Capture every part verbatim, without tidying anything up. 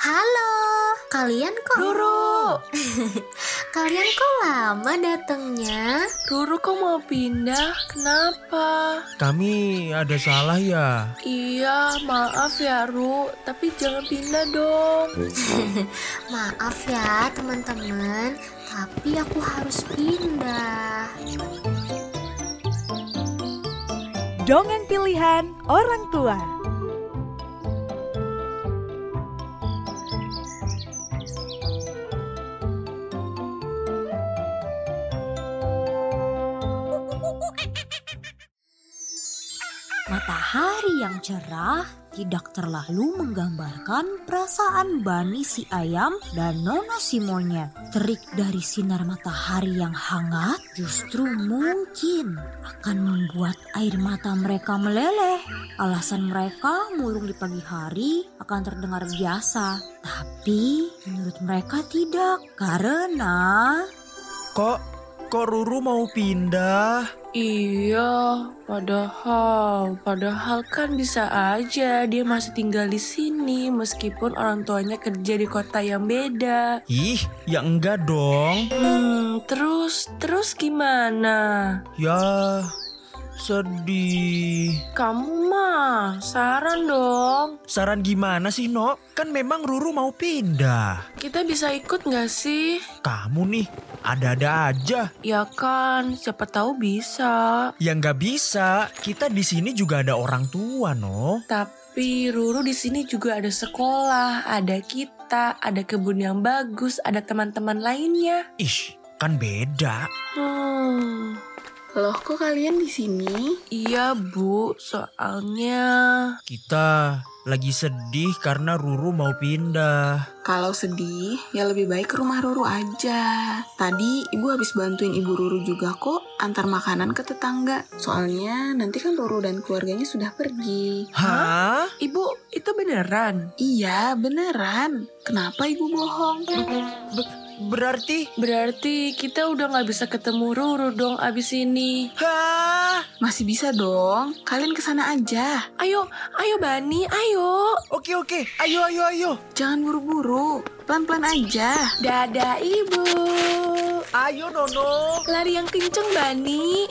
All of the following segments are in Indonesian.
Halo, kalian kok? Ruru, Kalian kok lama datangnya? Ruru kok mau pindah? Kenapa? Kami ada salah ya? Iya, maaf ya Ru, tapi jangan pindah dong. Maaf ya teman-teman, tapi aku harus pindah. Dongeng pilihan orang tua. Matahari yang cerah tidak terlalu menggambarkan perasaan Bani si ayam dan Nono si monyet. Terik dari sinar matahari yang hangat justru mungkin akan membuat air mata mereka meleleh. Alasan mereka murung di pagi hari akan terdengar biasa, tapi menurut mereka tidak, karena Kok, kok Ruru mau pindah? Iya, padahal, padahal kan bisa aja dia masih tinggal di sini meskipun orang tuanya kerja di kota yang beda. Ih, ya enggak dong. Hmm, terus, terus gimana? Ya, sedih. Kamu mah, saran dong. Saran gimana sih, No? Kan memang Ruru mau pindah. Kita bisa ikut gak sih? Kamu nih, ada-ada aja. Ya kan, siapa tahu bisa. Ya nggak bisa, kita di sini juga ada orang tua, No. Tapi Ruru di sini juga ada sekolah, ada kita, ada kebun yang bagus, ada teman-teman lainnya. Ih, kan beda. Hmm, Loh, kok kalian di sini? iya Bu, soalnya Kita lagi sedih karena Ruru mau pindah. Kalau sedih, ya lebih baik ke rumah Ruru aja. Tadi ibu habis bantuin ibu Ruru juga kok antar makanan ke tetangga. Soalnya nanti kan Ruru dan keluarganya sudah pergi. Hah? Ibu itu beneran. Iya, beneran. Kenapa ibu bohong? Be- berarti... Berarti kita udah gak bisa ketemu Ruru dong abis ini. Hah? Masih bisa dong. Kalian kesana aja. Ayo, ayo Bani, ayo. Oke, oke. Ayo, ayo, ayo. Jangan buru-buru. Pelan-pelan aja. Dadah Ibu. Ayo, Nono. Lari yang kenceng Bani.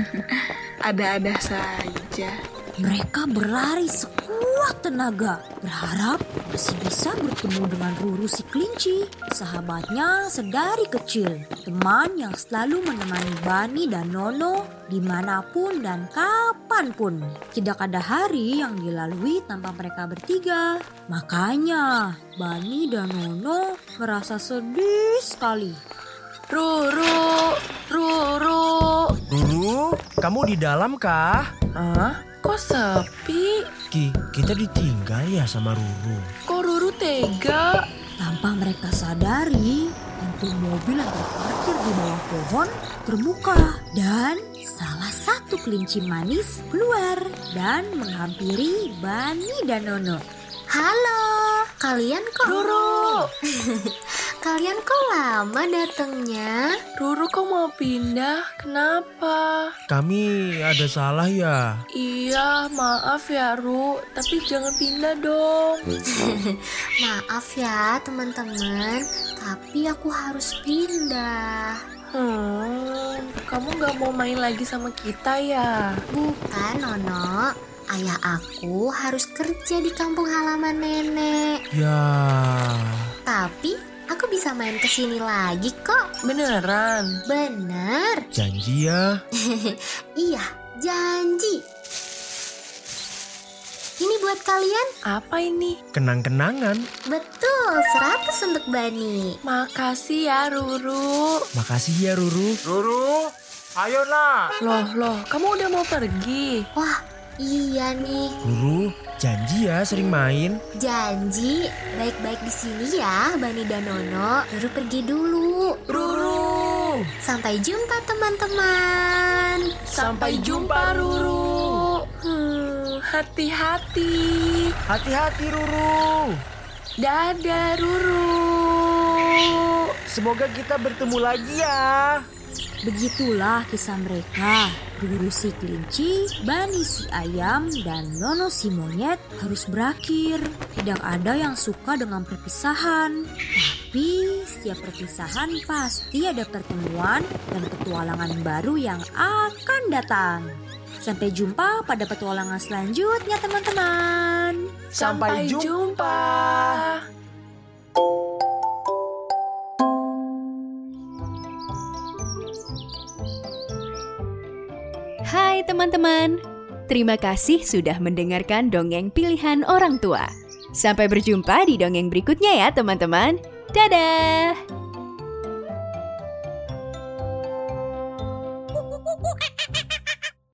Ada-ada saja. mereka berlari sekuat tenaga, berharap masih bisa bertemu dengan Ruru si kelinci, sahabatnya sedari kecil, teman yang selalu menemani Bani dan Nono dimanapun dan kapanpun. Tidak ada hari yang dilalui tanpa mereka bertiga. Makanya Bani dan Nono merasa sedih sekali. Ruru, Ruru. Ruru, kamu di dalam kah? Hah? Kok sepi? Ki, kita ditinggal ya sama Ruru. Kok Ruru tega? Tanpa mereka sadari, pintu mobil yang terparkir di bawah pohon terbuka dan salah satu kelinci manis keluar dan menghampiri Bani dan Nono. Halo, kalian kok? Ruru, Kalian kok lama datangnya? Ruru kok mau pindah? Kenapa? Kami ada salah ya? Iya, maaf ya Ru, tapi jangan pindah dong. Maaf ya teman-teman, tapi aku harus pindah. Hmm, kamu gak mau main lagi sama kita ya? Bukan, Nono. Ayah aku harus kerja di kampung halaman nenek. Ya, Tapi aku bisa main ke sini lagi kok. Beneran? Bener. janji ya. Iya, janji. Ini buat kalian. Apa ini? Kenang-kenangan. Betul, seratus untuk Bani. Makasih ya Ruru. Makasih ya Ruru. Ruru, ayo nak. Loh, loh, kamu udah mau pergi? Wah, iya nih. Ruru, janji ya sering main. Janji, baik-baik di sini ya, Bani dan Nono. Baru pergi dulu. Ruru. Sampai jumpa teman-teman. Sampai jumpa Ruru. Hmm, hati-hati. Hati-hati Ruru. Dadah Ruru. Semoga kita bertemu lagi ya. Begitulah kisah mereka. Ruru si kelinci, Bani si ayam, dan Nono si monyet harus berakhir. Tidak ada yang suka dengan perpisahan. Tapi setiap perpisahan pasti ada pertemuan dan petualangan baru yang akan datang. Sampai jumpa pada petualangan selanjutnya teman-teman. Sampai jumpa. Hai teman-teman, terima kasih sudah mendengarkan dongeng pilihan orang tua. Sampai berjumpa di dongeng berikutnya ya teman-teman. Dadah!